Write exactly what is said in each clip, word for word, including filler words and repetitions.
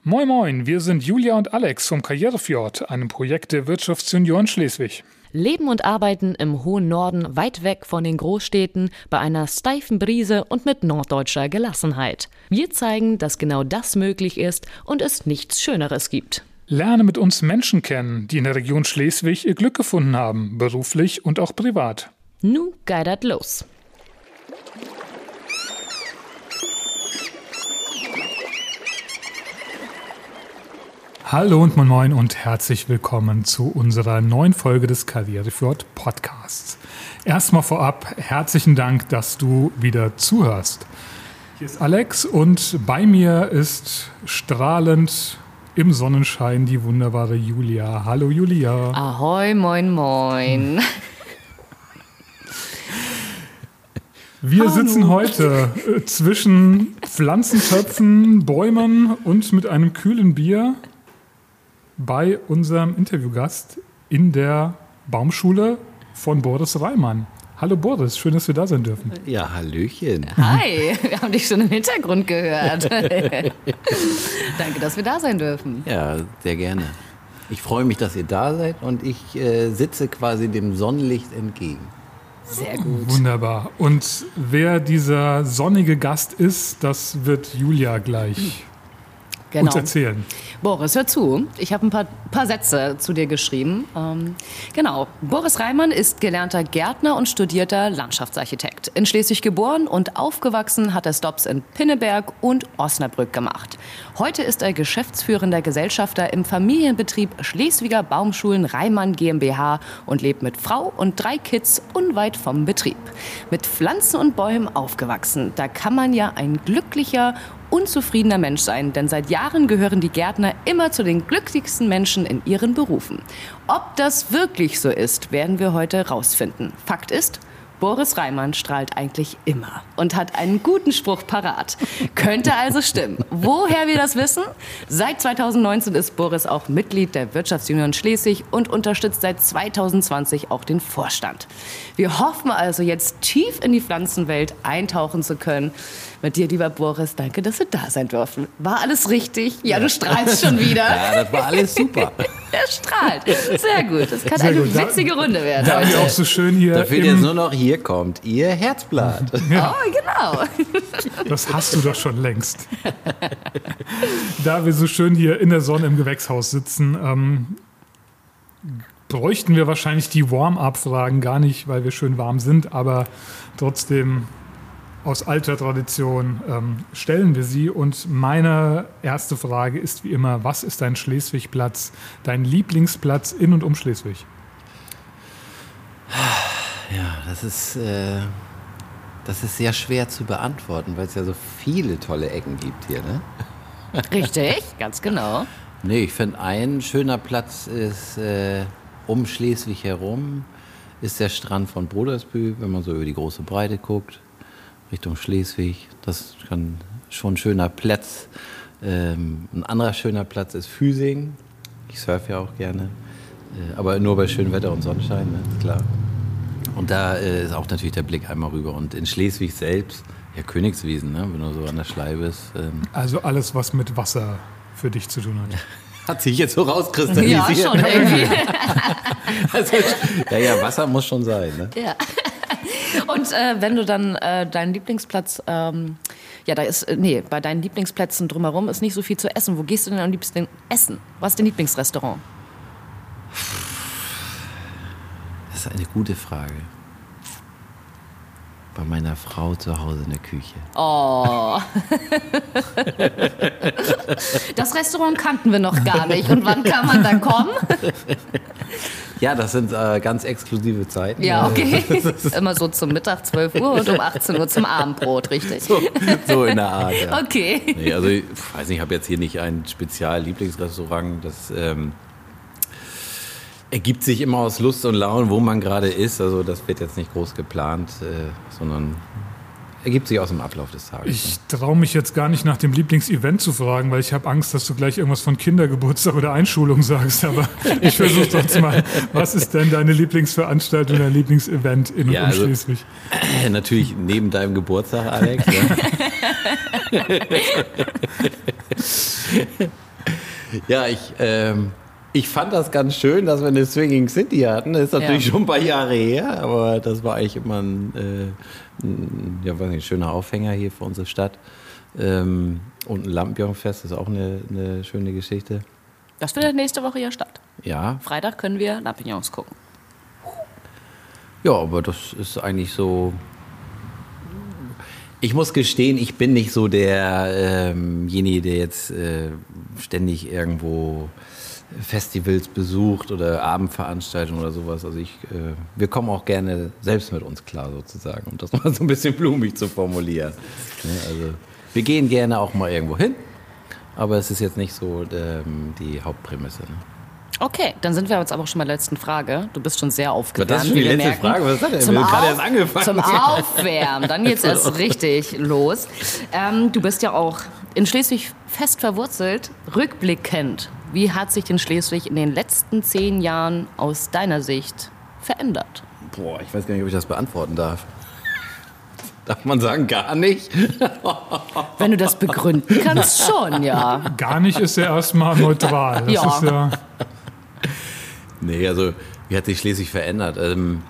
Moin Moin, wir sind Julia und Alex vom Karrierefjord, einem Projekt der Wirtschaftsjunior Schleswig. Leben und arbeiten im hohen Norden, weit weg von den Großstädten, bei einer steifen Brise und mit norddeutscher Gelassenheit. Wir zeigen, dass genau das möglich ist und es nichts Schöneres gibt. Lerne mit uns Menschen kennen, die in der Region Schleswig ihr Glück gefunden haben, beruflich und auch privat. Nu geidert los. Hallo und moin moin und herzlich willkommen zu unserer neuen Folge des Karrierefjord Podcasts. Erstmal vorab herzlichen Dank, dass du wieder zuhörst. Hier ist Alex und bei mir ist strahlend im Sonnenschein die wunderbare Julia. Hallo Julia. Ahoi, moin moin. Wir Hallo. sitzen heute äh, zwischen Pflanzentöpfen, Bäumen und mit einem kühlen Bier bei unserem Interviewgast in der Baumschule von Boris Reimann. Hallo Boris, schön, dass wir da sein dürfen. Ja, Hallöchen. Hi, wir haben dich schon im Hintergrund gehört. Danke, dass wir da sein dürfen. Ja, sehr gerne. Ich freue mich, dass ihr da seid und ich äh, sitze quasi dem Sonnenlicht entgegen. Sehr gut. Wunderbar. Und wer dieser sonnige Gast ist, das wird Julia gleich Genau. uns erzählen. Boris, hör zu. Ich habe ein paar, paar Sätze zu dir geschrieben. Ähm, genau. Boris Reimann ist gelernter Gärtner und studierter Landschaftsarchitekt. In Schleswig geboren und aufgewachsen hat er Stops in Pinneberg und Osnabrück gemacht. Heute ist er geschäftsführender Gesellschafter im Familienbetrieb Schleswiger Baumschulen Reimann GmbH und lebt mit Frau und drei Kids unweit vom Betrieb. Mit Pflanzen und Bäumen aufgewachsen. Da kann man ja ein glücklicher unzufriedener Mensch sein, denn seit Jahren gehören die Gärtner immer zu den glücklichsten Menschen in ihren Berufen. Ob das wirklich so ist, werden wir heute rausfinden. Fakt ist, Boris Reimann strahlt eigentlich immer und hat einen guten Spruch parat. Könnte also stimmen. Woher wir das wissen? Seit zweitausendneunzehn ist Boris auch Mitglied der Wirtschaftsjunior Schleswig und unterstützt seit zweitausendzwanzig auch den Vorstand. Wir hoffen also jetzt tief in die Pflanzenwelt eintauchen zu können. Mit dir, lieber Boris, danke, dass wir da sein dürfen. War alles richtig? Ja, du strahlst schon wieder. Ja, das war alles super. Er strahlt. Sehr gut. Das kann Sehr eine gut. witzige Runde werden. Da heute. wir auch so schön hier Da fehlt im, jetzt nur noch, hier kommt ihr Herzblatt. ja, Oh, genau. das hast du doch schon längst. Da wir so schön hier in der Sonne im Gewächshaus sitzen, ähm, bräuchten wir wahrscheinlich die Warm-up-Fragen gar nicht, weil wir schön warm sind, aber trotzdem aus alter Tradition ähm, stellen wir sie. Und meine erste Frage ist wie immer, was ist dein Schleswig-Platz, dein Lieblingsplatz in und um Schleswig? Ja, das ist, äh, das ist sehr schwer zu beantworten, weil es ja so viele tolle Ecken gibt hier, ne? Richtig, ganz genau. Nee, ich finde, ein schöner Platz ist äh, um Schleswig herum, ist der Strand von Brodersbühl, wenn man so über die große Breite guckt. Richtung Schleswig, das kann schon ein schöner Platz. Ähm, ein anderer schöner Platz ist Füsing. Ich surfe ja auch gerne, äh, aber nur bei schönem Wetter und Sonnenschein, ne? Ist klar. Und da äh, ist auch natürlich der Blick einmal rüber. Und in Schleswig selbst, ja, Königswiesen, ne? Wenn du so an der Schleibe bist. Ähm, Also alles, was mit Wasser für dich zu tun hat. hat sich jetzt so rauskristallisiert. Ja, schon irgendwie. Also, ja, ja, Wasser muss schon sein, ne? Ja. Und äh, wenn du dann äh, deinen Lieblingsplatz, ähm, ja, da ist, äh, nee, bei deinen Lieblingsplätzen drumherum ist nicht so viel zu essen. Wo gehst du denn am liebsten essen? Was ist dein Lieblingsrestaurant? Das ist eine gute Frage. Bei meiner Frau zu Hause in der Küche. Oh. Das Restaurant kannten wir noch gar nicht. Und wann kann man da kommen? Ja, das sind äh, ganz exklusive Zeiten. Ja, okay. Immer so zum Mittag, zwölf Uhr und um achtzehn Uhr zum Abendbrot, richtig? So, so in der Art, ja. Okay. Nee, also ich weiß nicht, ich habe jetzt hier nicht ein Spezial-Lieblingsrestaurant. Das ähm, ergibt sich immer aus Lust und Laune, wo man gerade ist. Also das wird jetzt nicht groß geplant, äh, sondern ergibt sich aus dem Ablauf des Tages. Ich traue mich jetzt gar nicht nach dem Lieblingsevent zu fragen, weil ich habe Angst, dass du gleich irgendwas von Kindergeburtstag oder Einschulung sagst. Aber ich versuche trotzdem mal, was ist denn deine Lieblingsveranstaltung, dein Lieblingsevent in und Ja, um also, Schleswig? Äh, natürlich neben deinem Geburtstag, Alex. Ja. Ja, ich, ähm, ich fand das ganz schön, dass wir eine Swinging City hatten. Das ist natürlich ja. schon ein paar Jahre her, aber das war eigentlich immer ein, äh, ein ja, weiß nicht, schöner Aufhänger hier für unsere Stadt. Ähm, und ein Lampion-Fest ist auch eine, eine schöne Geschichte. Das findet nächste Woche ja statt. Ja. Freitag können wir Lampions gucken. Ja, aber das ist eigentlich so... Ich muss gestehen, ich bin nicht so derjenige, ähm der jetzt äh, ständig irgendwo Festivals besucht oder Abendveranstaltungen oder sowas. Also ich, äh, wir kommen auch gerne selbst mit uns klar sozusagen, um das mal so ein bisschen blumig zu formulieren. Ja, also wir gehen gerne auch mal irgendwo hin, aber es ist jetzt nicht so ähm, die Hauptprämisse. Ne? Okay, dann sind wir jetzt aber auch schon bei der letzten Frage. Du bist schon sehr aufgewärmt. Das ist schon die letzte merken. Frage. Was ist das denn? Zum wir haben gerade erst angefangen. Zum Aufwärmen. Dann geht's erst richtig los. Ähm, du bist ja auch in Schleswig fest verwurzelt. Rückblickend, wie hat sich denn Schleswig in den letzten zehn Jahren aus deiner Sicht verändert? Boah, ich weiß gar nicht, ob ich das beantworten darf. Darf man sagen, gar nicht? Wenn du das begründen kannst, schon, ja. Gar nicht ist ja erstmal neutral. Das ja. ist ja... Nee, also wie hat sich Schleswig verändert? Ähm,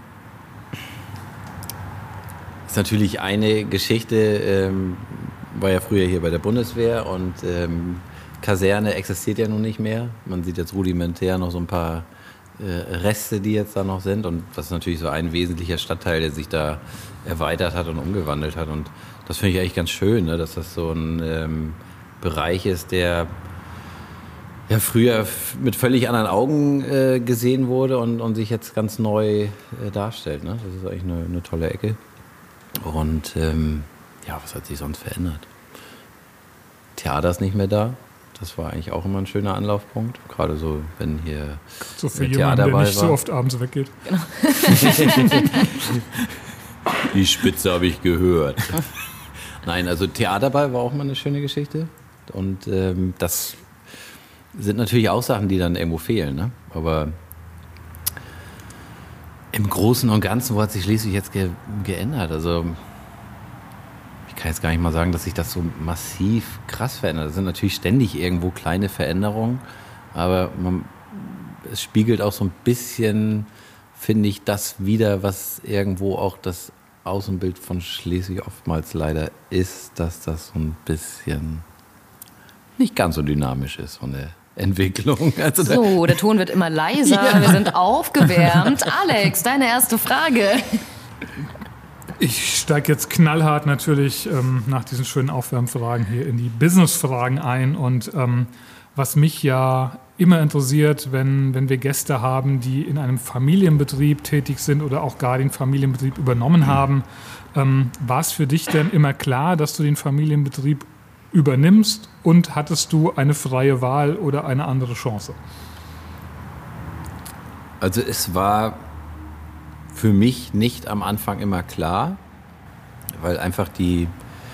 ist natürlich eine Geschichte, ähm, war ja früher hier bei der Bundeswehr und ähm, Kaserne existiert ja nun nicht mehr. Man sieht jetzt rudimentär noch so ein paar äh, Reste, die jetzt da noch sind und das ist natürlich so ein wesentlicher Stadtteil, der sich da erweitert hat und umgewandelt hat und das finde ich eigentlich ganz schön, ne? Dass das so ein ähm, Bereich ist, der ja früher mit völlig anderen Augen äh, gesehen wurde und, und sich jetzt ganz neu äh, darstellt. Ne? Das ist eigentlich eine, eine tolle Ecke. Und ähm, ja, was hat sich sonst verändert? Theater ist nicht mehr da. Das war eigentlich auch immer ein schöner Anlaufpunkt. Gerade so, wenn hier so für jemanden, der nicht war. So oft abends weggeht. Genau. Die Spitze habe ich gehört. Nein, also Theaterball war auch mal eine schöne Geschichte. Und ähm, das sind natürlich auch Sachen, die dann irgendwo fehlen. Ne? Aber im Großen und Ganzen, wo hat sich Schleswig jetzt ge- geändert? Also ich kann jetzt gar nicht mal sagen, dass sich das so massiv krass verändert. Das sind natürlich ständig irgendwo kleine Veränderungen, aber man, es spiegelt auch so ein bisschen, finde ich, das wider, was irgendwo auch das Außenbild von Schleswig oftmals leider ist, dass das so ein bisschen nicht ganz so dynamisch ist von der Entwicklung. Also so, der Ton wird immer leiser, ja. Wir sind aufgewärmt. Alex, deine erste Frage. Ich steige jetzt knallhart natürlich ähm, nach diesen schönen Aufwärmfragen hier in die Business-Fragen ein. Und ähm, was mich ja immer interessiert, wenn, wenn wir Gäste haben, die in einem Familienbetrieb tätig sind oder auch gar den Familienbetrieb übernommen haben, ähm, war es für dich denn immer klar, dass du den Familienbetrieb übernimmst und hattest du eine freie Wahl oder eine andere Chance? Also es war für mich nicht am Anfang immer klar, weil einfach die,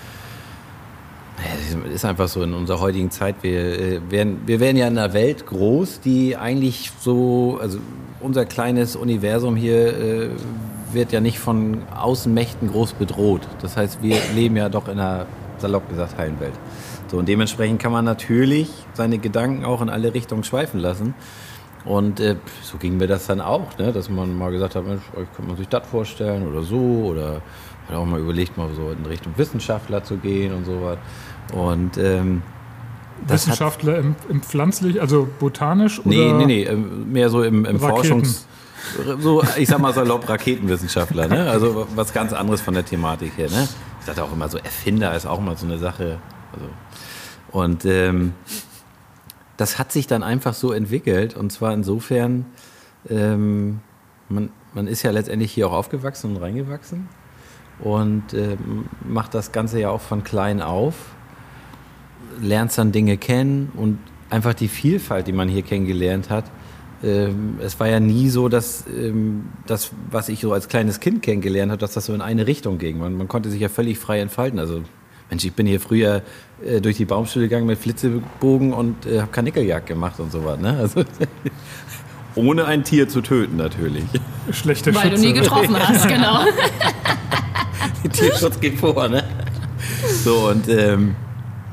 es ist einfach so in unserer heutigen Zeit, wir werden, wir werden ja in einer Welt groß, die eigentlich so, also unser kleines Universum hier äh, wird ja nicht von Außenmächten groß bedroht. Das heißt, wir leben ja doch in einer, salopp gesagt, heilen Welt. So, und dementsprechend kann man natürlich seine Gedanken auch in alle Richtungen schweifen lassen. Und äh, so ging mir das dann auch, ne? Dass man mal gesagt hat, Mensch, könnte man sich das vorstellen oder so. Oder hat auch mal überlegt, mal so in Richtung Wissenschaftler zu gehen und sowas. Und ähm, Wissenschaftler im, im pflanzlich, also botanisch? Oder nee, nee, nee, mehr so im, im Forschungs... So, ich sag mal salopp Raketenwissenschaftler, ne? Also was ganz anderes von der Thematik her, ne? Ich dachte auch immer so, Erfinder ist auch mal so eine Sache. Also, und ähm, das hat sich dann einfach so entwickelt und zwar insofern, ähm, man, man ist ja letztendlich hier auch aufgewachsen und reingewachsen und ähm, macht das Ganze ja auch von klein auf, lernt dann Dinge kennen und einfach die Vielfalt, die man hier kennengelernt hat. Ähm, es war ja nie so, dass ähm, das, was ich so als kleines Kind kennengelernt habe, dass das so in eine Richtung ging. Man, man konnte sich ja völlig frei entfalten. Also Mensch, ich bin hier früher äh, durch die Baumschule gegangen mit Flitzebogen und äh, habe Karnickeljagd gemacht und so was. Ne? Also, ohne ein Tier zu töten natürlich. Schlechte Weil Schütze. du nie getroffen hast, genau. Der Tierschutz geht vor, ne? So, und ähm,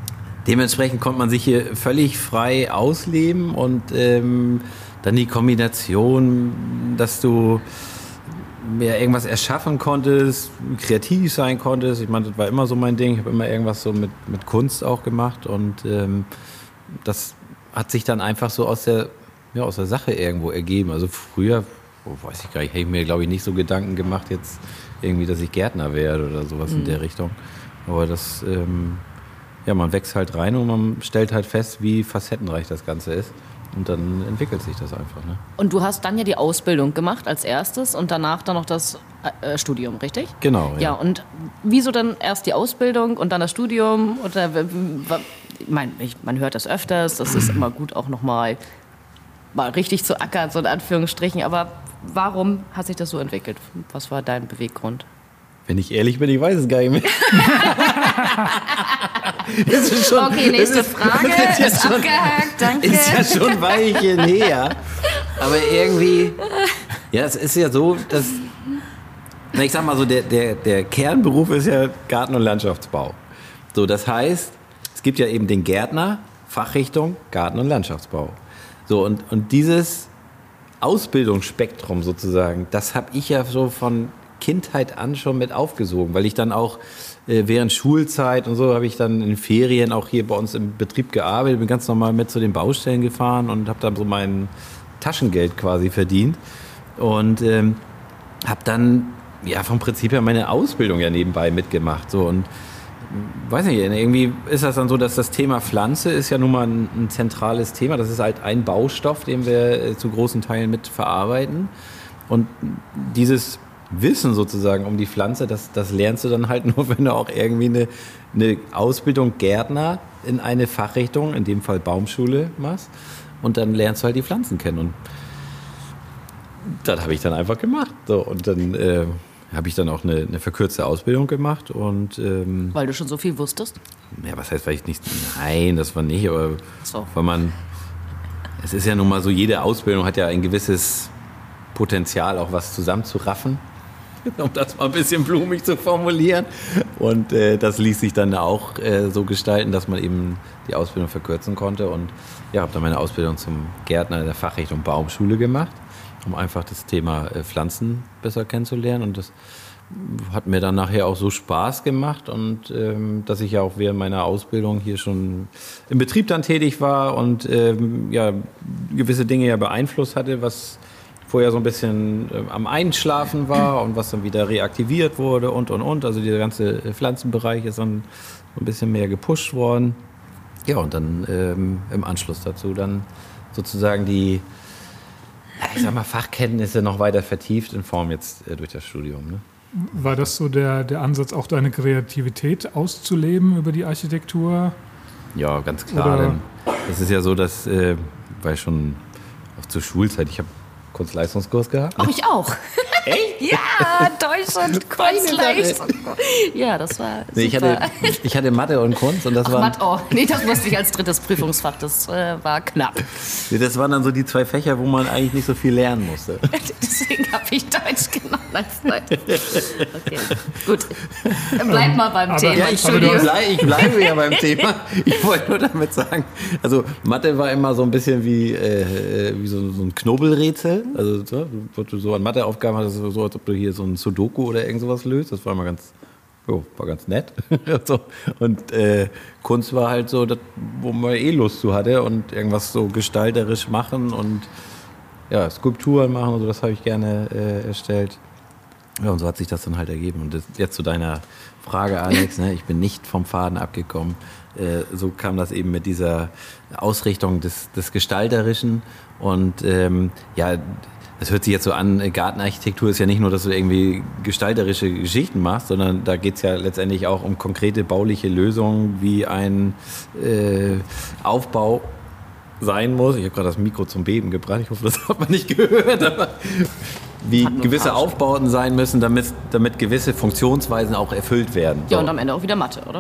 dementsprechend konnte man sich hier völlig frei ausleben und ähm, dann die Kombination, dass du ja, irgendwas erschaffen konntest, kreativ sein konntest. Ich meine, das war immer so mein Ding. Ich habe immer irgendwas so mit, mit Kunst auch gemacht und ähm, das hat sich dann einfach so aus der, ja, aus der Sache irgendwo ergeben. Also früher, oh, weiß ich gar nicht, hätte ich mir, glaube ich, nicht so Gedanken gemacht, jetzt irgendwie, dass ich Gärtner werde oder sowas mhm. in der Richtung. Aber das, ähm, ja, man wächst halt rein und man stellt halt fest, wie facettenreich das Ganze ist. Und dann entwickelt sich das einfach. Ne? Und du hast dann ja die Ausbildung gemacht als erstes und danach dann noch das äh, Studium, richtig? Genau. Ja. ja, und wieso dann erst die Ausbildung und dann das Studium? Oder, ich meine, man hört das öfters, das ist immer gut auch nochmal mal richtig zu ackern, so in Anführungsstrichen. Aber warum hat sich das so entwickelt? Was war dein Beweggrund? Wenn ich ehrlich bin, ich weiß es gar nicht mehr. ist schon, okay, nächste ist, Frage. Ist, ja ist schon, abgehakt, danke. Ist ja schon ein Weilchen her. Aber irgendwie, ja, es ist ja so, dass, na, ich sag mal so, der, der, der Kernberuf ist ja Garten- und Landschaftsbau. So, das heißt, es gibt ja eben den Gärtner, Fachrichtung Garten- und Landschaftsbau. So, und, und dieses Ausbildungsspektrum sozusagen, das habe ich ja so von Kindheit an schon mit aufgesogen, weil ich dann auch äh, während Schulzeit und so habe ich dann in Ferien auch hier bei uns im Betrieb gearbeitet, bin ganz normal mit zu den Baustellen gefahren und habe dann so mein Taschengeld quasi verdient und ähm, habe dann ja vom Prinzip her meine Ausbildung ja nebenbei mitgemacht so und weiß nicht, irgendwie ist das dann so, dass das Thema Pflanze ist ja nun mal ein, ein zentrales Thema, das ist halt ein Baustoff, den wir äh, zu großen Teilen mit verarbeiten und dieses Wissen sozusagen um die Pflanze, das, das lernst du dann halt nur, wenn du auch irgendwie eine, eine Ausbildung Gärtner in eine Fachrichtung, in dem Fall Baumschule, machst. Und dann lernst du halt die Pflanzen kennen. Und das habe ich dann einfach gemacht. So, und dann äh, habe ich dann auch eine, eine verkürzte Ausbildung gemacht. Und, ähm, weil du schon so viel wusstest? Ja, was heißt, weil ich nicht... Nein, das war nicht, aber so. Weil man... Es ist ja nun mal so, jede Ausbildung hat ja ein gewisses Potenzial, auch was zusammenzuraffen. Um das mal ein bisschen blumig zu formulieren. Und äh, das ließ sich dann auch äh, so gestalten, dass man eben die Ausbildung verkürzen konnte. Und ja, habe dann meine Ausbildung zum Gärtner in der Fachrichtung Baumschule gemacht, um einfach das Thema äh, Pflanzen besser kennenzulernen. Und das hat mir dann nachher auch so Spaß gemacht. Und ähm, dass ich ja auch während meiner Ausbildung hier schon im Betrieb dann tätig war und ähm, ja, gewisse Dinge ja beeinflusst hatte, was vorher so ein bisschen äh, am Einschlafen war und was dann wieder reaktiviert wurde und, und, und. Also dieser ganze Pflanzenbereich ist dann so ein bisschen mehr gepusht worden. Ja, und dann ähm, im Anschluss dazu dann sozusagen die, ich sag mal, Fachkenntnisse noch weiter vertieft in Form jetzt äh, durch das Studium. Ne? War das so der, der Ansatz, auch deine Kreativität auszuleben über die Architektur? Ja, ganz klar. Denn es ist ja so, dass, äh, weil schon auch zur Schulzeit, ich habe Kunstleistungskurs gehabt. Ach, ich auch. Echt? Ja, Deutsch und Kunstleistung. Ja, das war super. Nee, ich, hatte, ich hatte Mathe und Kunst und das war. Mathe, oh, nee, das wusste ich als drittes Prüfungsfach. Das äh, war knapp. Nee, das waren dann so die zwei Fächer, wo man eigentlich nicht so viel lernen musste. Deswegen habe ich Deutsch genommen als zweites. Okay, gut. Bleib mal beim aber, Thema. Ja, ich, ich, bleib, ich bleibe ja beim Thema. Ich wollte nur damit sagen, also Mathe war immer so ein bisschen wie, äh, wie so, so ein Knobelrätsel. Also so, du so an Matheaufgaben hattest, so als ob du hier so ein Sudoku oder irgend sowas löst. Das war immer ganz, jo, war ganz nett. so. Und äh, Kunst war halt so, das, wo man eh Lust zu hatte und irgendwas so gestalterisch machen und ja, Skulpturen machen und so, das habe ich gerne äh, erstellt. Ja, und so hat sich das dann halt ergeben. Und das, jetzt zu deiner Frage, Alex, ne, ich bin nicht vom Faden abgekommen. Äh, so kam das eben mit dieser Ausrichtung des, des Gestalterischen. Und ähm, ja, das hört sich jetzt so an, Gartenarchitektur ist ja nicht nur, dass du irgendwie gestalterische Geschichten machst, sondern da geht es ja letztendlich auch um konkrete bauliche Lösungen, wie ein äh, Aufbau sein muss. Ich habe gerade das Mikro zum Beben gebracht, ich hoffe, das hat man nicht gehört, aber wie gewisse Aufbauten sein müssen, damit, damit gewisse Funktionsweisen auch erfüllt werden. Ja, so. Und am Ende auch wieder Mathe, oder?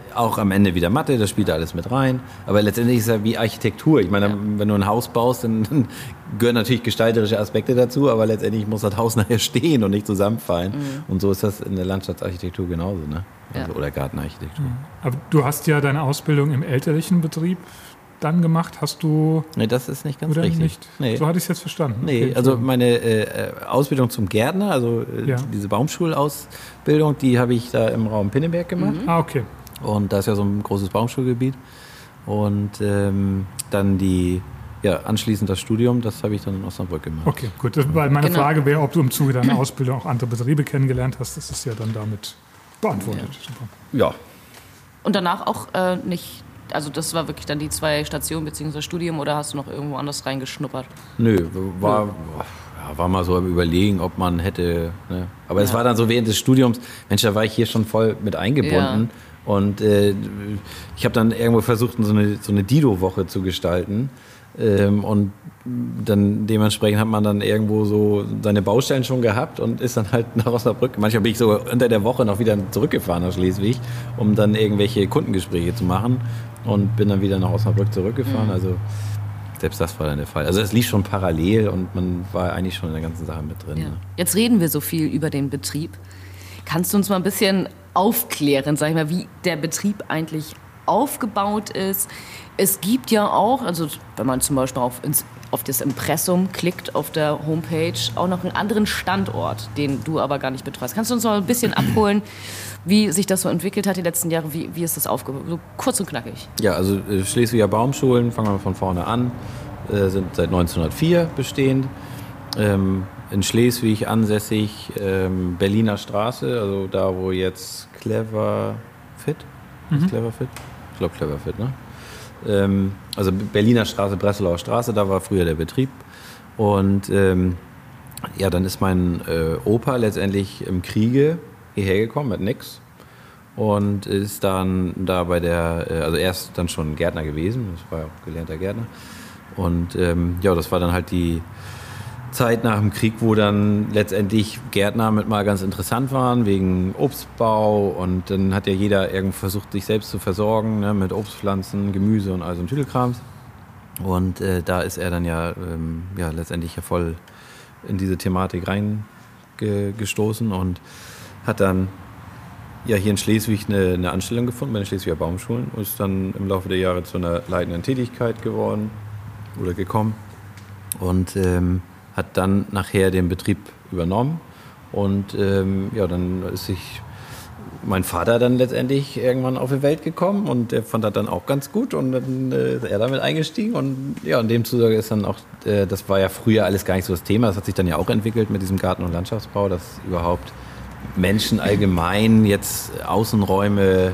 auch am Ende wieder Mathe, das spielt da alles mit rein. Aber letztendlich ist es ja wie Architektur. Ich meine, ja. wenn du ein Haus baust, dann, dann gehören natürlich gestalterische Aspekte dazu, aber letztendlich muss das Haus nachher stehen und nicht zusammenfallen. Mhm. Und so ist das in der Landschaftsarchitektur genauso, ne? Also, ja. Oder Gartenarchitektur. Mhm. Aber du hast ja deine Ausbildung im elterlichen Betrieb dann gemacht. Hast du... Nee, das ist nicht ganz oder richtig. Nicht? Nee. So hatte ich es jetzt verstanden. Nee, okay, also meine äh, Ausbildung zum Gärtner, also äh, ja. diese Baumschulausbildung, die habe ich da im Raum Pinneberg gemacht. Mhm. Ah, okay. Und da ist ja so ein großes Baumschulgebiet. Und ähm, dann die, ja, anschließend das Studium, das habe ich dann in Osnabrück gemacht. Okay, gut. Weil meine genau. Frage wäre, ob du im Zuge deiner Ausbildung auch andere Betriebe kennengelernt hast. Das ist ja dann damit beantwortet. Ja. ja. Und danach auch äh, nicht, also das war wirklich dann die zwei Stationen bzw. Studium, oder hast du noch irgendwo anders reingeschnuppert? Nö, war... Ja, war mal so am Überlegen, ob man hätte... Ne? Aber ja. es war dann so während des Studiums, Mensch, da war ich hier schon voll mit eingebunden. Ja. Und äh, ich habe dann irgendwo versucht, so eine, so eine Dido-Woche zu gestalten. Ähm, und dann dementsprechend hat man dann irgendwo so seine Baustellen schon gehabt und ist dann halt nach Osnabrück. Manchmal bin ich so unter der Woche noch wieder zurückgefahren nach Schleswig, um dann irgendwelche Kundengespräche zu machen. Und bin dann wieder nach Osnabrück zurückgefahren. Mhm. Also selbst das war dann der Fall. Also es lief schon parallel und man war eigentlich schon in der ganzen Sache mit drin. Ja. Ne? Jetzt reden wir so viel über den Betrieb. Kannst du uns mal ein bisschen aufklären, sag ich mal, wie der Betrieb eigentlich aufgebaut ist? Es gibt ja auch, also wenn man zum Beispiel auf, ins, auf das Impressum klickt auf der Homepage, auch noch einen anderen Standort, den du aber gar nicht betreust. Kannst du uns noch ein bisschen abholen, wie sich das so entwickelt hat die letzten Jahre? Wie, wie ist das aufgebaut? So kurz und knackig. Ja, also äh, Schleswiger Baumschulen, fangen wir von vorne an, äh, sind seit neunzehnhundertvier bestehend. Ähm, in Schleswig ansässig, ähm, Berliner Straße, also da, wo jetzt Clever Fit, mhm. Clever Fit? Ich glaube Clever Fit, ne? Ähm, also Berliner Straße, Breslauer Straße, da war früher der Betrieb. Und ähm, ja, dann ist mein äh, Opa letztendlich im Kriege hierher gekommen mit nix und ist dann da bei der, äh, also erst dann schon Gärtner gewesen, das war ja auch gelernter Gärtner. Und ähm, ja, das war dann halt die Zeit nach dem Krieg, wo dann letztendlich Gärtner mit mal ganz interessant waren, wegen Obstbau, und dann hat ja jeder irgendwie versucht, sich selbst zu versorgen, ne, mit Obstpflanzen, Gemüse und all so ein Tüdelkrams. Und äh, da ist er dann ja, ähm, ja letztendlich ja voll in diese Thematik reingestoßen und hat dann ja hier in Schleswig eine, eine Anstellung gefunden bei den Schleswiger Baumschulen und ist dann im Laufe der Jahre zu einer leitenden Tätigkeit geworden oder gekommen. Und ähm, hat dann nachher den Betrieb übernommen und ähm, ja, dann ist sich mein Vater dann letztendlich irgendwann auf die Welt gekommen und der fand das dann auch ganz gut und dann äh, ist er damit eingestiegen und ja, in dem Zuge ist dann auch, äh, das war ja früher alles gar nicht so das Thema, das hat sich dann ja auch entwickelt mit diesem Garten- und Landschaftsbau, dass überhaupt Menschen allgemein jetzt Außenräume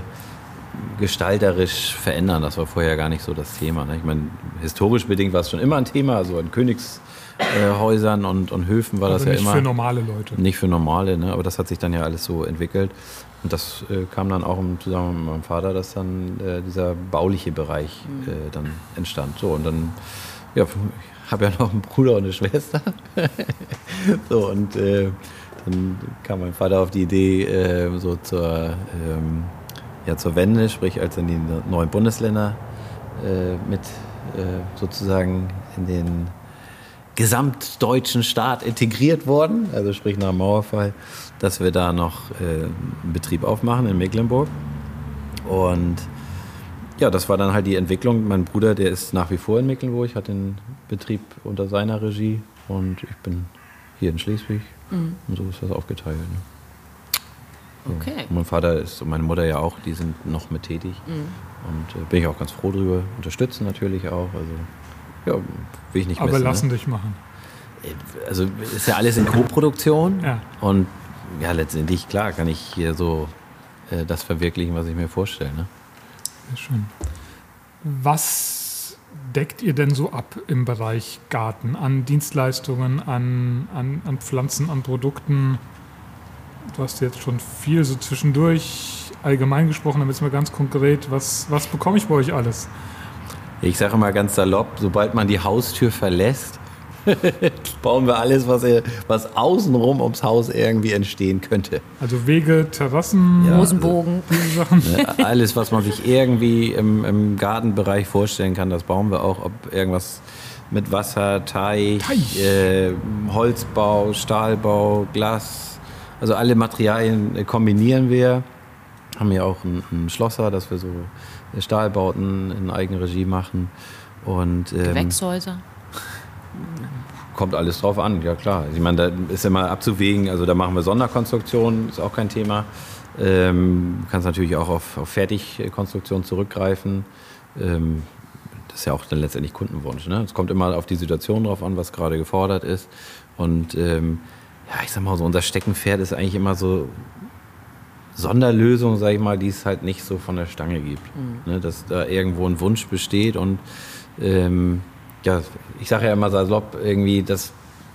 gestalterisch verändern, das war vorher gar nicht so das Thema, ne? Ich meine, historisch bedingt war es schon immer ein Thema, also in Königs Äh, Häusern und, und Höfen war aber das ja immer. Nicht für normale Leute. Nicht für normale, ne? Aber das hat sich dann ja alles so entwickelt. Und das äh, kam dann auch im Zusammenhang mit meinem Vater, dass dann äh, dieser bauliche Bereich äh, dann entstand. So, und dann, ja, ich habe ja noch einen Bruder und eine Schwester. So, und äh, dann kam mein Vater auf die Idee, äh, so zur, ähm, ja, zur Wende, sprich als in die neuen Bundesländer äh, mit äh, sozusagen in den gesamtdeutschen Staat integriert worden, also sprich nach dem Mauerfall, dass wir da noch äh, einen Betrieb aufmachen in Mecklenburg. Und ja, das war dann halt die Entwicklung. Mein Bruder, der ist nach wie vor in Mecklenburg, hat den Betrieb unter seiner Regie und ich bin hier in Schleswig. Mhm. Und so ist das aufgeteilt. Ne? So. Okay. Und mein Vater ist und meine Mutter ja auch, die sind noch mit tätig. Mhm. Und äh, bin ich auch ganz froh drüber. Unterstützen natürlich auch. Also ja, will ich nicht Aber missen, lassen ne? dich machen. Also ist ja alles in Co-Produktion. Ja. Und ja, letztendlich, klar, kann ich hier so äh, das verwirklichen, was ich mir vorstelle. Ne? Sehr schön. Was deckt ihr denn so ab im Bereich Garten? An Dienstleistungen, an, an, an Pflanzen, an Produkten? Du hast jetzt schon viel so zwischendurch allgemein gesprochen, damit es mal ganz konkret, was, was bekomme ich bei euch alles? Ich sage mal ganz salopp, sobald man die Haustür verlässt, bauen wir alles, was, was außenrum ums Haus irgendwie entstehen könnte. Also Wege, Terrassen, ja, Rosenbogen. Ja, alles, was man sich irgendwie im, im Gartenbereich vorstellen kann, das bauen wir auch. Ob irgendwas mit Wasser, Teich, Teich. Äh, Holzbau, Stahlbau, Glas. Also alle Materialien kombinieren wir. Haben ja auch einen, einen Schlosser, dass wir so Stahlbauten in Eigenregie machen. Und, ähm, Gewächshäuser? Kommt alles drauf an, ja klar. Ich meine, da ist ja mal abzuwägen, also da machen wir Sonderkonstruktionen, ist auch kein Thema. Ähm, du kannst natürlich auch auf, auf Fertigkonstruktion zurückgreifen. Ähm, das ist ja auch dann letztendlich Kundenwunsch. Ne? Es kommt immer auf die Situation drauf an, was gerade gefordert ist. Und ähm, ja, ich sag mal so, unser Steckenpferd ist eigentlich immer so Sonderlösungen, sag ich mal, die es halt nicht so von der Stange gibt. Mhm. Ne? Dass da irgendwo ein Wunsch besteht und ähm, ja, ich sage ja immer salopp, irgendwie, das,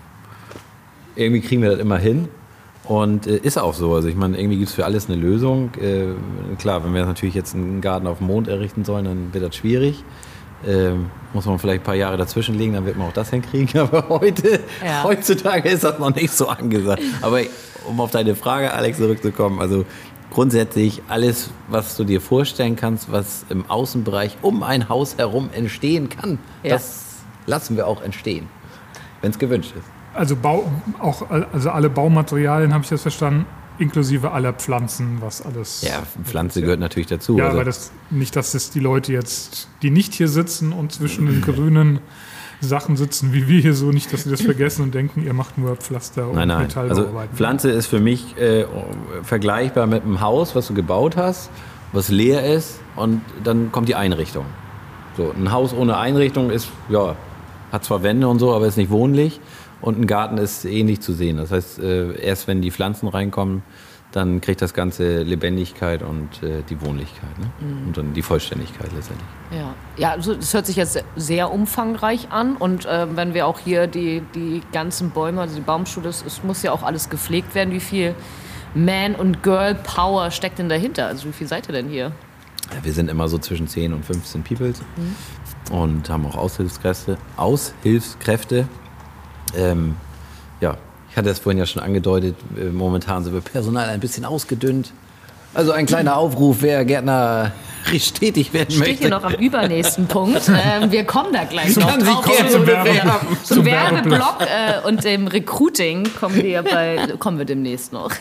irgendwie kriegen wir das immer hin und äh, ist auch so. Also ich meine, irgendwie gibt es für alles eine Lösung. Äh, klar, wenn wir natürlich jetzt einen Garten auf dem Mond errichten sollen, dann wird das schwierig. Äh, muss man vielleicht ein paar Jahre dazwischen legen, dann wird man auch das hinkriegen. Aber heute, ja. heutzutage ist das noch nicht so angesagt. Aber um auf deine Frage, Alex, zurückzukommen, also grundsätzlich alles, was du dir vorstellen kannst, was im Außenbereich um ein Haus herum entstehen kann, ja. das lassen wir auch entstehen, wenn es gewünscht ist. Also, Bau, auch, also alle Baumaterialien, habe ich das verstanden, inklusive aller Pflanzen, was alles... Ja, Pflanze ja. gehört natürlich dazu. Ja, also. aber das, nicht, dass es die Leute jetzt, die nicht hier sitzen und zwischen den grünen Sachen sitzen, wie wir hier so, nicht, dass sie das vergessen und denken, ihr macht nur Pflaster und nein, nein. Metallbauarbeiten. Also Pflanze ist für mich äh, vergleichbar mit einem Haus, was du gebaut hast, was leer ist und dann kommt die Einrichtung. So, ein Haus ohne Einrichtung ist, ja, hat zwar Wände und so, aber ist nicht wohnlich und ein Garten ist ähnlich zu sehen. Das heißt, äh, erst wenn die Pflanzen reinkommen, dann kriegt das Ganze Lebendigkeit und äh, die Wohnlichkeit, ne? Mhm. Und dann die Vollständigkeit letztendlich. Ja, ja, also das hört sich jetzt sehr umfangreich an und äh, wenn wir auch hier die, die ganzen Bäume, also die Baumschule, es, es muss ja auch alles gepflegt werden. Wie viel Man- und Girl-Power steckt denn dahinter? Also wie viel seid ihr denn hier? Ja, wir sind immer so zwischen zehn und fünfzehn Peoples mhm. und haben auch Aushilfskräfte. Aushilfskräfte. Ähm, ja, ich hatte das vorhin ja schon angedeutet, momentan sind wir personal ein bisschen ausgedünnt. Also ein kleiner Aufruf, wer Gärtner stetig werden Steht möchte. Steht hier noch am übernächsten Punkt. Ähm, wir kommen da gleich noch Kann drauf. Sie zum Werbe, Zum, zum Werbeblock äh, und dem Recruiting kommen wir, bei, kommen wir demnächst noch.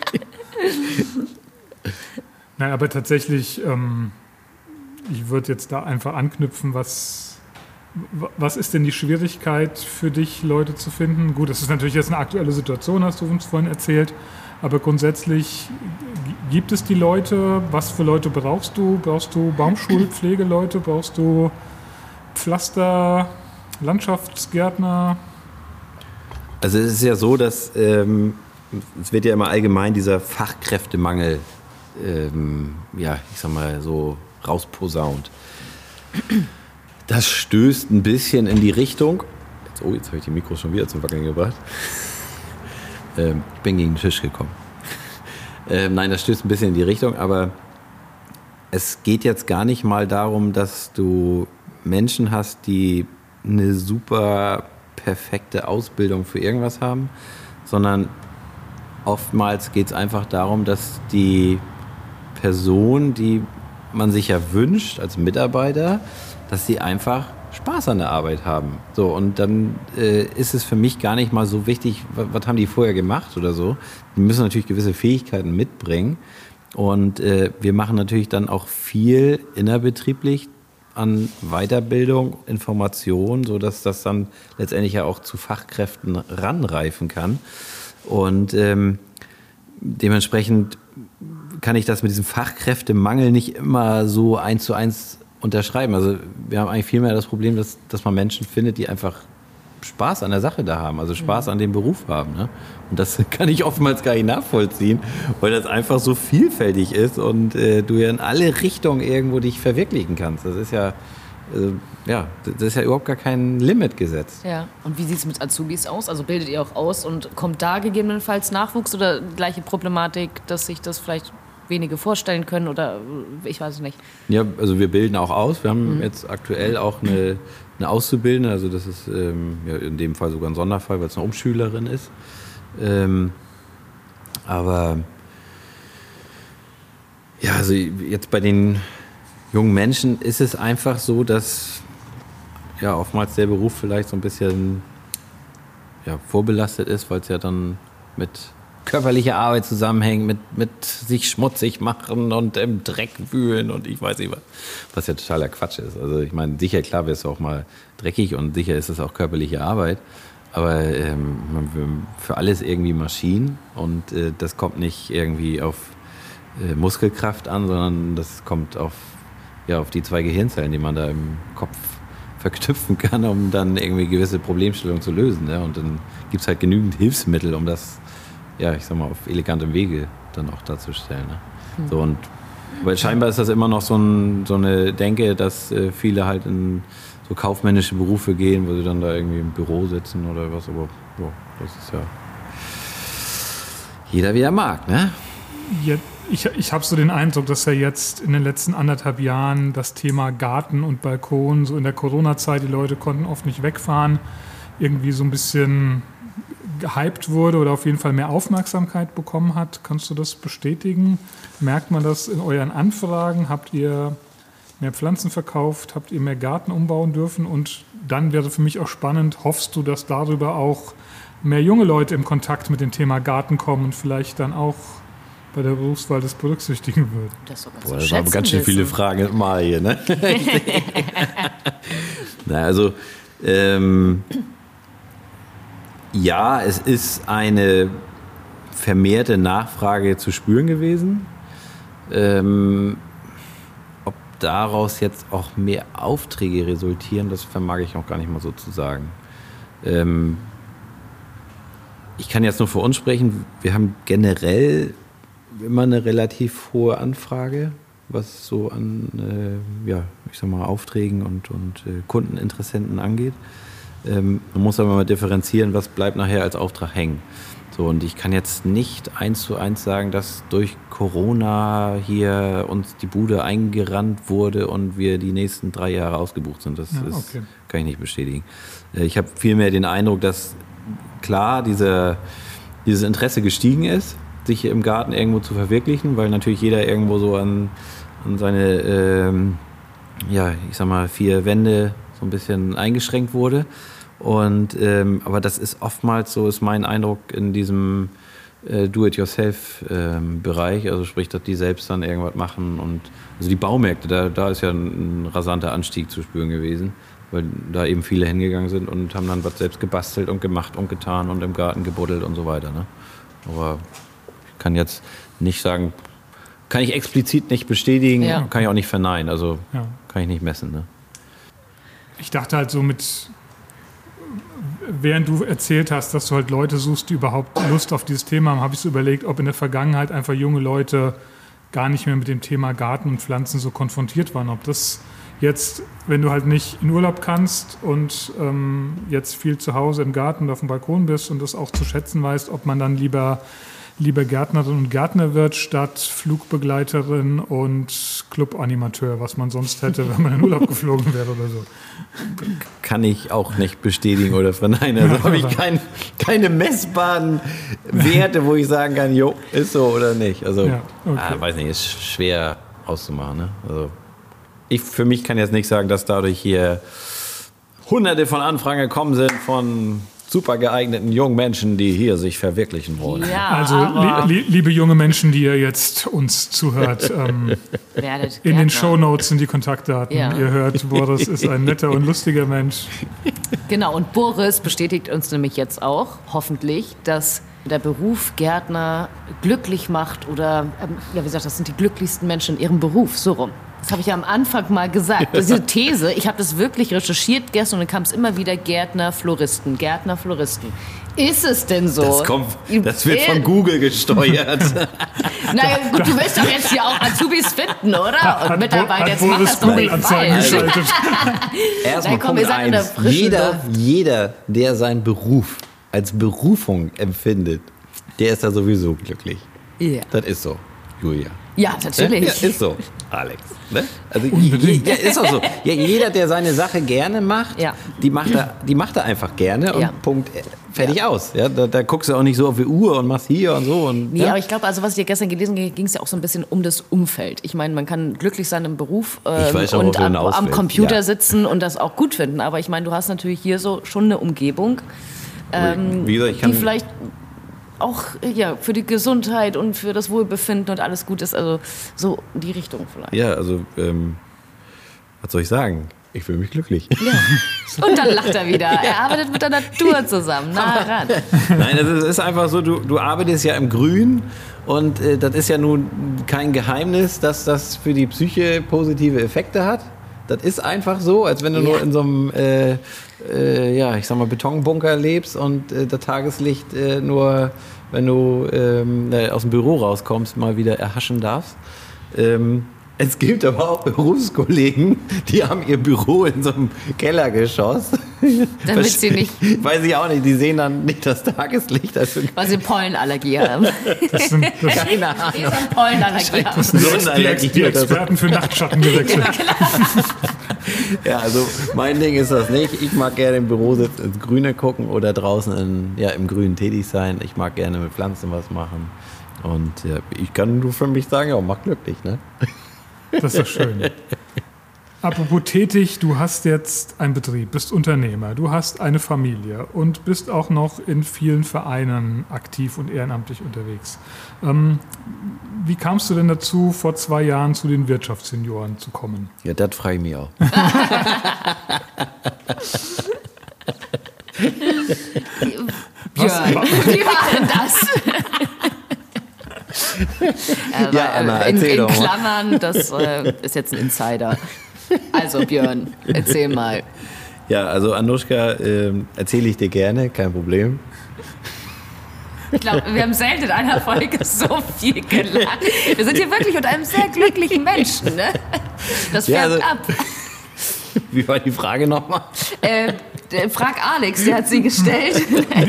Nein, aber tatsächlich, ähm, ich würde jetzt da einfach anknüpfen, was... Was ist denn die Schwierigkeit für dich, Leute zu finden? Gut, das ist natürlich jetzt eine aktuelle Situation, hast du uns vorhin erzählt. Aber grundsätzlich gibt es die Leute? Was für Leute brauchst du? Brauchst du Baumschulpflegeleute? Brauchst du Pflaster, Landschaftsgärtner? Also es ist ja so, dass ähm, es wird ja immer allgemein dieser Fachkräftemangel, ähm, ja, ich sag mal so rausposaunt. Das stößt ein bisschen in die Richtung. Jetzt, oh, jetzt habe ich die Mikros schon wieder zum Wackeln gebracht. Ähm, ich bin gegen den Tisch gekommen. ähm, nein, das stößt ein bisschen in die Richtung, aber es geht jetzt gar nicht mal darum, dass du Menschen hast, die eine super perfekte Ausbildung für irgendwas haben, sondern oftmals geht es einfach darum, dass die Person, die man sich ja wünscht als Mitarbeiter, dass sie einfach Spaß an der Arbeit haben. So, und dann äh, ist es für mich gar nicht mal so wichtig, was, was haben die vorher gemacht oder so. Die müssen natürlich gewisse Fähigkeiten mitbringen. Und äh, wir machen natürlich dann auch viel innerbetrieblich an Weiterbildung, Information, sodass das dann letztendlich ja auch zu Fachkräften ranreifen kann. Und ähm, dementsprechend kann ich das mit diesem Fachkräftemangel nicht immer so eins zu eins unterschreiben. Also wir haben eigentlich vielmehr das Problem, dass, dass man Menschen findet, die einfach Spaß an der Sache da haben, also Spaß an dem Beruf haben. Ne? Und das kann ich oftmals gar nicht nachvollziehen, weil das einfach so vielfältig ist und äh, du ja in alle Richtungen irgendwo dich verwirklichen kannst. Das ist ja, also, ja, das ist ja überhaupt gar kein Limit gesetzt. Ja. Und wie sieht es mit Azubis aus? Also bildet ihr auch aus und kommt da gegebenenfalls Nachwuchs oder gleiche Problematik, dass sich das vielleicht wenige vorstellen können oder ich weiß es nicht. Ja, also wir bilden auch aus. Wir haben mhm. jetzt aktuell auch eine eine Auszubildende, also das ist ähm, ja, in dem Fall sogar ein Sonderfall, weil es eine Umschülerin ist. Ähm, aber ja, also jetzt bei den jungen Menschen ist es einfach so, dass ja oftmals der Beruf vielleicht so ein bisschen ja, vorbelastet ist, weil es ja dann mit körperlicher Arbeit zusammenhängt, mit, mit sich schmutzig machen und im Dreck wühlen und ich weiß nicht was, was ja totaler Quatsch ist. Also ich meine, sicher, klar wirst du auch mal dreckig und sicher ist es auch körperliche Arbeit, aber ähm, für alles irgendwie Maschinen und äh, das kommt nicht irgendwie auf äh, Muskelkraft an, sondern das kommt auf, ja, auf die zwei Gehirnzellen, die man da im Kopf verknüpfen kann, um dann irgendwie gewisse Problemstellungen zu lösen. Ja? Und dann gibt es halt genügend Hilfsmittel, um das, ja, ich sag mal, auf elegantem Wege dann auch darzustellen. Ne? Mhm. So, und, weil scheinbar ist das immer noch so, ein, so eine Denke, dass äh, viele halt in so kaufmännische Berufe gehen, wo sie dann da irgendwie im Büro sitzen oder was, aber ja, das ist ja jeder wie er mag, ne? Ja, ich ich habe so den Eindruck, dass ja jetzt in den letzten anderthalb Jahren das Thema Garten und Balkon, so in der Corona-Zeit, die Leute konnten oft nicht wegfahren, irgendwie so ein bisschen gehypt wurde oder auf jeden Fall mehr Aufmerksamkeit bekommen hat. Kannst du das bestätigen? Merkt man das in euren Anfragen? Habt ihr mehr Pflanzen verkauft? Habt ihr mehr Garten umbauen dürfen? Und dann wäre für mich auch spannend, hoffst du, dass darüber auch mehr junge Leute im Kontakt mit dem Thema Garten kommen und vielleicht dann auch bei der Berufswahl das berücksichtigen würden? Das, Boah, das waren ganz schön wissen. Viele Fragen mal hier, ne? Na, also ähm, ja, es ist eine vermehrte Nachfrage zu spüren gewesen. Ähm, ob daraus jetzt auch mehr Aufträge resultieren, das vermag ich auch gar nicht mal so zu sagen. Ähm, ich kann jetzt nur für uns sprechen. Wir haben generell immer eine relativ hohe Anfrage, was so an äh, ja, ich sag mal, Aufträgen und, und äh, Kundeninteressenten angeht. Ähm, man muss aber mal differenzieren, was bleibt nachher als Auftrag hängen. So, und ich kann jetzt nicht eins zu eins sagen, dass durch Corona hier uns die Bude eingerannt wurde und wir die nächsten drei Jahre ausgebucht sind. Das ja, ist, okay. Kann ich nicht bestätigen. Äh, ich habe vielmehr den Eindruck, dass klar diese, dieses Interesse gestiegen ist, sich hier im Garten irgendwo zu verwirklichen, weil natürlich jeder irgendwo so an, an seine, ähm, ja, ich sag mal, vier Wände so ein bisschen eingeschränkt wurde. Und, ähm, aber das ist oftmals, so ist mein Eindruck, in diesem äh, Do-it-yourself-Bereich, ähm, also sprich, dass die selbst dann irgendwas machen. Und also die Baumärkte, da, da ist ja ein, ein rasanter Anstieg zu spüren gewesen, weil da eben viele hingegangen sind und haben dann was selbst gebastelt und gemacht und getan und im Garten gebuddelt und so weiter. Ne? Aber ich kann jetzt nicht sagen, kann ich explizit nicht bestätigen, ja. Kann ich auch nicht verneinen, also ja. Kann ich nicht messen. Ne? Ich dachte halt so mit, während du erzählt hast, dass du halt Leute suchst, die überhaupt Lust auf dieses Thema haben, habe ich so überlegt, ob in der Vergangenheit einfach junge Leute gar nicht mehr mit dem Thema Garten und Pflanzen so konfrontiert waren. Ob das jetzt, wenn du halt nicht in Urlaub kannst und ähm, jetzt viel zu Hause im Garten oder auf dem Balkon bist und das auch zu schätzen weißt, ob man dann lieber lieber Gärtnerin und Gärtner wird, statt Flugbegleiterin und Clubanimateur, was man sonst hätte, wenn man in Urlaub geflogen wäre oder so. Kann ich auch nicht bestätigen oder verneinen. Also habe ich kein, keine messbaren Werte, wo ich sagen kann, jo, ist so oder nicht. Also, ja, okay. ah, weiß nicht, ist schwer auszumachen. Ne? Also, ich für mich kann jetzt nicht sagen, dass dadurch hier hunderte von Anfragen gekommen sind von super geeigneten jungen Menschen, die hier sich verwirklichen wollen. Ja, also li- li- liebe junge Menschen, die ihr jetzt uns zuhört, ähm, in den Shownotes sind die Kontaktdaten. Ja. Ihr hört, Boris ist ein netter und lustiger Mensch. Genau, und Boris bestätigt uns nämlich jetzt auch, hoffentlich, dass der Beruf Gärtner glücklich macht oder, ähm, ja, wie gesagt, das sind die glücklichsten Menschen in ihrem Beruf, so rum. Das habe ich ja am Anfang mal gesagt. Diese These, ich habe das wirklich recherchiert gestern und dann kam es immer wieder Gärtner, Floristen, Gärtner, Floristen. Ist es denn so? Das, kommt, das wird von Google gesteuert. Naja, gut, du willst doch jetzt hier auch Azubis finden, oder? Und Mitarbeiter, jetzt mach das doch nicht falsch. Erstmal Punkt eins. Jeder, jeder, der seinen Beruf als Berufung empfindet, der ist da sowieso glücklich. Ja. Das ist so, Julia. Ja, natürlich. Ja, ist so, Alex. Ne? Also Unbedingt. Ja, ist auch so. Ja, jeder, der seine Sache gerne macht, Ja. die, macht er, die macht er einfach gerne und Ja. Punkt, äh, fertig ja. aus. Ja, da, da guckst du auch nicht so auf die Uhr und machst hier und so. Und, Nee, ja. aber ich glaube, also was ich dir gestern gelesen habe, ging es ja auch so ein bisschen um das Umfeld. Ich meine, man kann glücklich sein im Beruf ähm, Ich weiß schon, und worauf du am, hinaus am willst. Computer Ja. sitzen und das auch gut finden. Aber ich meine, du hast natürlich hier so schon eine Umgebung, ähm, Wie gesagt, ich kann- die vielleicht auch ja, für die Gesundheit und für das Wohlbefinden und alles gut ist. Also so in die Richtung vielleicht. Ja, also, ähm, was soll ich sagen? Ich fühle mich glücklich. Ja. Und dann lacht er wieder. Er arbeitet mit der Natur zusammen. Na ran. Nein, es ist einfach so, du, du arbeitest ja im Grün und äh, das ist ja nun kein Geheimnis, dass das für die Psyche positive Effekte hat. Das ist einfach so, als wenn du Ja. nur in so einem, äh, äh, ja, ich sag mal, Betonbunker lebst und äh, das Tageslicht äh, nur, wenn du ähm, äh, aus dem Büro rauskommst, mal wieder erhaschen darfst. Ähm, Es gibt aber auch Berufskollegen, die haben ihr Büro in so einem Kellergeschoss. Damit sie nicht, Weiß ich auch nicht, die sehen dann nicht das Tageslicht. Also weil sie Pollenallergie haben. Das sind, das, keine Ahnung. Die haben Pollenallergie haben. das sind die, Ex- die, Sonnenallergie Ex- die oder so. Experten für Nachtschatten gewechselt. Ja, also mein Ding ist das nicht. Ich mag gerne im Büro sitzen, ins Grüne gucken oder draußen in, ja, im Grünen tätig sein. Ich mag gerne mit Pflanzen was machen. Und ja, ich kann nur für mich sagen, ja, mach glücklich, ne? Das ist doch schön. Apropos tätig, du hast jetzt einen Betrieb, bist Unternehmer, du hast eine Familie und bist auch noch in vielen Vereinen aktiv und ehrenamtlich unterwegs. Ähm, wie kamst du denn dazu, vor zwei Jahren zu den Wirtschaftssenioren zu kommen? Ja, das frage ich mich auch. Björn, wie war denn das? Äh, Ja, Anna, in, erzähl in doch mal. Klammern, das äh, ist jetzt ein Insider. Also Björn, erzähl mal. Ja, also Anuschka, ähm, erzähle ich dir gerne, kein Problem. Ich glaube, wir haben selten in einer Folge so viel gelacht. Wir sind hier wirklich unter einem sehr glücklichen Menschen. Ne? Das Ja, färbt also- ab. Wie war die Frage nochmal? Äh, der, frag Alex, der hat sie gestellt.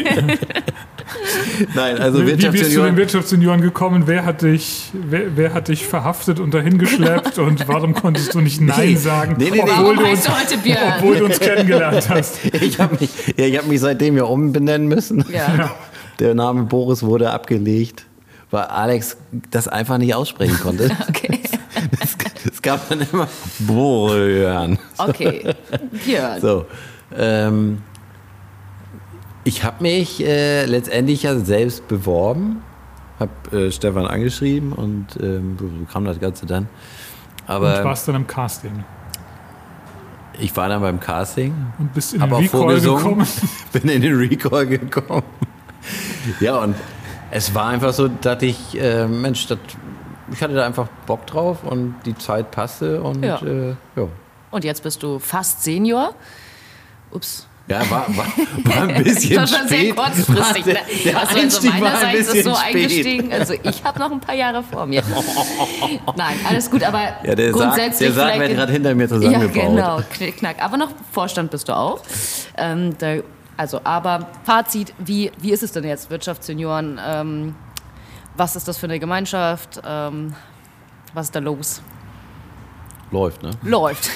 Nein, also Wie bist du den Wirtschaftssenioren. Wirtschaftssenioren gekommen? Wer hat dich, wer, wer hat dich verhaftet und dahin geschleppt und warum konntest du nicht Nein Nee. sagen, Nee, nee, nee. obwohl, Warum du uns, heißt du heute Björn? obwohl du uns kennengelernt hast? Ich habe mich, ja, ich hab mich seitdem ja umbenennen müssen. Ja. Der Name Boris wurde abgelegt, weil Alex das einfach nicht aussprechen konnte. Okay. Es, es gab dann immer Björn. Okay, Björn. So, ähm, ich habe mich äh, letztendlich ja selbst beworben, habe äh, Stefan angeschrieben und ähm, so kam das Ganze dann. Aber Und warst dann im Casting ich war dann beim Casting, und bist in den habe auch Recall vorgesungen, gekommen. bin in den Recall gekommen. Ja, und es war einfach so, dass ich, äh, Mensch, das, ich hatte da einfach Bock drauf und die Zeit passte und Ja. äh, ja. Und jetzt bist du fast Senior. Ups. Ja, war, war, war ein bisschen Das war sehr spät. kurzfristig. War Ne? der, der Also, also Einstieg war ein meinerseits ist bisschen so spät. eingestiegen. Also ich habe noch ein paar Jahre vor mir. Nein, alles gut, aber Ja, der Sarg, grundsätzlich der Sarg vielleicht wird in- gerade hinter mir Ja, zusammengebaut. genau, knick, knack. Aber noch Vorstand bist du auch. Ähm, da, also, aber Fazit, wie, wie ist es denn jetzt, Wirtschaftssenioren? Ähm, was ist das für eine Gemeinschaft? Ähm, was ist da los? Läuft, ne? Läuft.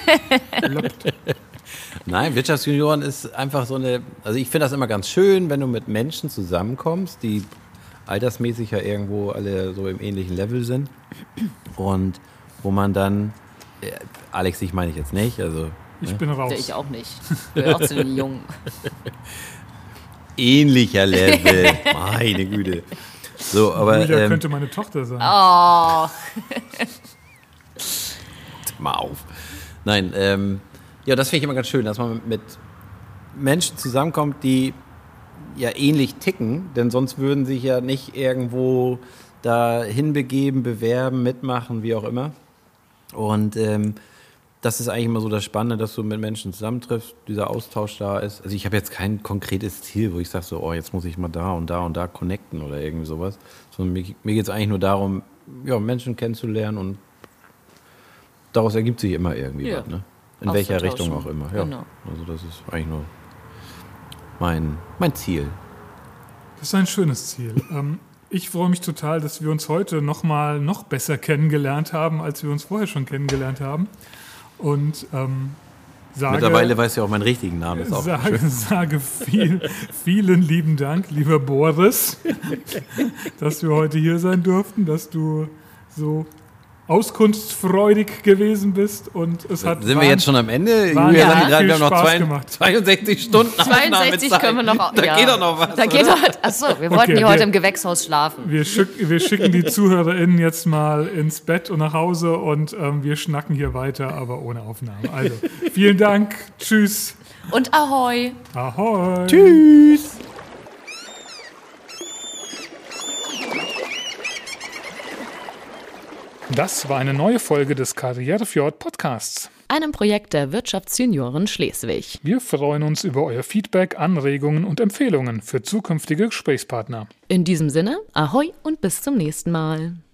Nein, Wirtschaftsjunioren ist einfach so eine, also ich finde das immer ganz schön, wenn du mit Menschen zusammenkommst, die altersmäßig ja irgendwo alle so im ähnlichen Level sind und wo man dann, äh, Alex, ich meine ich jetzt nicht, also Ich bin raus. Ich auch nicht. Ich gehöre auch zu den Jungen. ähnlicher Level, meine Güte. So, aber Julia ähm, könnte meine Tochter sein. Oh, mal auf. Nein, ähm, ja, das finde ich immer ganz schön, dass man mit Menschen zusammenkommt, die ja ähnlich ticken, denn sonst würden sich ja nicht irgendwo da hinbegeben, bewerben, mitmachen, wie auch immer. Und ähm, das ist eigentlich immer so das Spannende, dass du mit Menschen zusammentriffst, dieser Austausch da ist. Also ich habe jetzt kein konkretes Ziel, wo ich sage so, oh, jetzt muss ich mal da und da und da connecten oder irgendwie sowas. Sondern mir, mir geht es eigentlich nur darum, ja, Menschen kennenzulernen und daraus ergibt sich immer irgendwie Ja. was, ne? In welcher Auszutauschen. Richtung auch immer. Ja. Genau. Also das ist eigentlich nur mein, mein Ziel. Das ist ein schönes Ziel. Ähm, Ich freue mich total, dass wir uns heute noch mal noch besser kennengelernt haben, als wir uns vorher schon kennengelernt haben. Und ähm, sage, mittlerweile weiß ich auch meinen richtigen Namen. Ist auch sage sage viel, vielen lieben Dank, lieber Boris, dass wir heute hier sein durften, dass du so auskunftsfreudig gewesen bist. Und es hat Sind wir jetzt schon am Ende? Julia ja. sagt gerade, wir haben noch Spaß zwei, gemacht. zweiundsechzig Stunden zweiundsechzig können wir noch. Da ja. geht doch noch was. Da geht doch, achso, wir wollten Okay, hier heute wir- im Gewächshaus schlafen. Wir, schick, wir schicken die ZuhörerInnen jetzt mal ins Bett und nach Hause und ähm, wir schnacken hier weiter, aber ohne Aufnahme. Also, vielen Dank. Tschüss. Und Ahoi! Ahoi. Tschüss. Das war eine neue Folge des Karrierefjord Podcasts. Einem Projekt der Wirtschaftsjunioren Schleswig. Wir freuen uns über euer Feedback, Anregungen und Empfehlungen für zukünftige Gesprächspartner. In diesem Sinne, Ahoi und bis zum nächsten Mal.